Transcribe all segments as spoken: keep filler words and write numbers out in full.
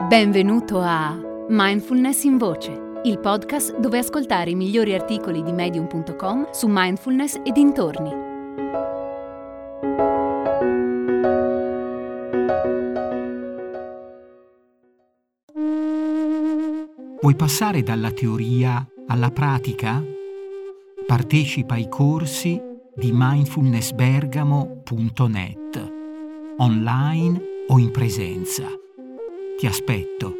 Benvenuto a Mindfulness in Voce, il podcast dove ascoltare i migliori articoli di medium punto com su mindfulness e dintorni. Vuoi passare dalla teoria alla pratica? Partecipa ai corsi di mindfulness bergamo punto net, online o in presenza. Ti aspetto.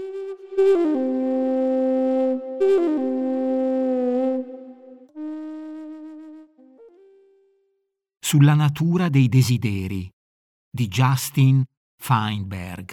Sulla natura dei desideri di Justin Feinberg.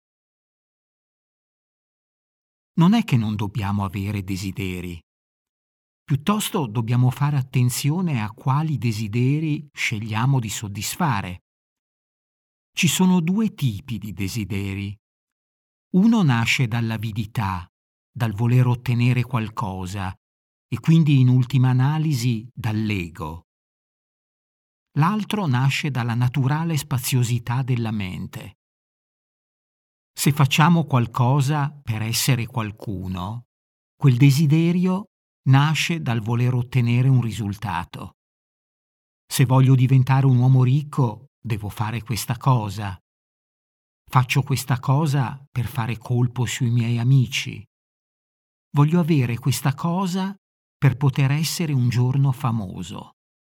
Non è che non dobbiamo avere desideri, piuttosto dobbiamo fare attenzione a quali desideri scegliamo di soddisfare. Ci sono due tipi di desideri. Uno nasce dall'avidità, dal voler ottenere qualcosa e quindi in ultima analisi dall'ego. L'altro nasce dalla naturale spaziosità della mente. Se facciamo qualcosa per essere qualcuno, quel desiderio nasce dal voler ottenere un risultato. Se voglio diventare un uomo ricco, devo fare questa cosa. Faccio questa cosa per fare colpo sui miei amici. Voglio avere questa cosa per poter essere un giorno famoso.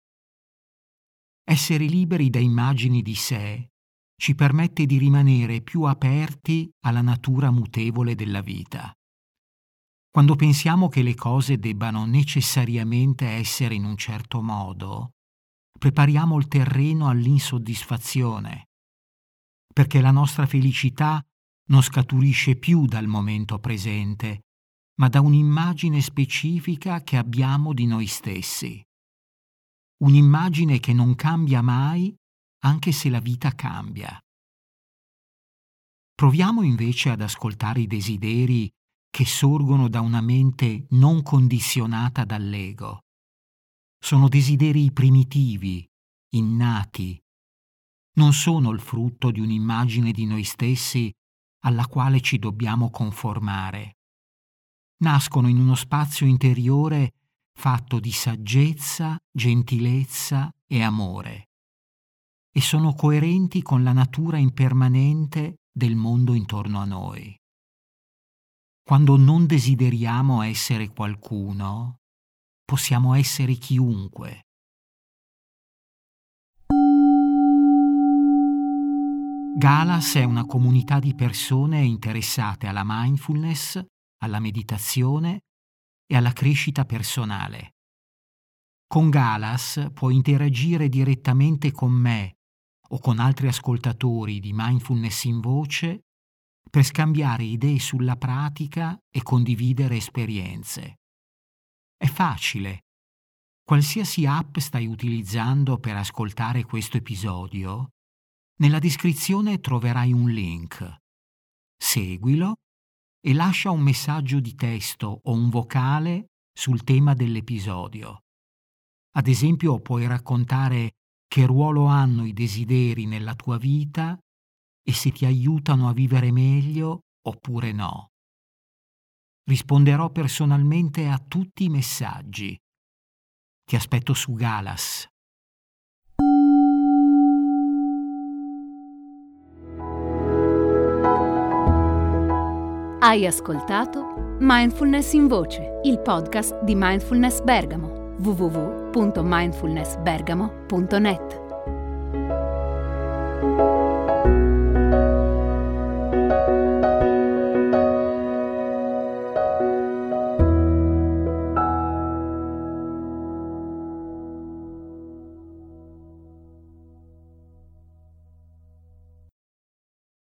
Essere liberi da immagini di sé ci permette di rimanere più aperti alla natura mutevole della vita. Quando pensiamo che le cose debbano necessariamente essere in un certo modo, prepariamo il terreno all'insoddisfazione, perché la nostra felicità non scaturisce più dal momento presente, ma da un'immagine specifica che abbiamo di noi stessi. Un'immagine che non cambia mai, anche se la vita cambia. Proviamo invece ad ascoltare i desideri che sorgono da una mente non condizionata dall'ego. Sono desideri primitivi, innati. Non sono il frutto di un'immagine di noi stessi alla quale ci dobbiamo conformare. Nascono in uno spazio interiore fatto di saggezza, gentilezza e amore, e sono coerenti con la natura impermanente del mondo intorno a noi. Quando non desideriamo essere qualcuno, possiamo essere chiunque. Galas è una comunità di persone interessate alla mindfulness, alla meditazione e alla crescita personale. Con Galas puoi interagire direttamente con me o con altri ascoltatori di Mindfulness in Voce per scambiare idee sulla pratica e condividere esperienze. È facile. Qualsiasi app stai utilizzando per ascoltare questo episodio, nella descrizione troverai un link. Seguilo e lascia un messaggio di testo o un vocale sul tema dell'episodio. Ad esempio, puoi raccontare che ruolo hanno i desideri nella tua vita e se ti aiutano a vivere meglio oppure no. Risponderò personalmente a tutti i messaggi. Ti aspetto su Galas. Hai ascoltato Mindfulness in Voce, il podcast di Mindfulness Bergamo. w w w punto mindfulness bergamo punto net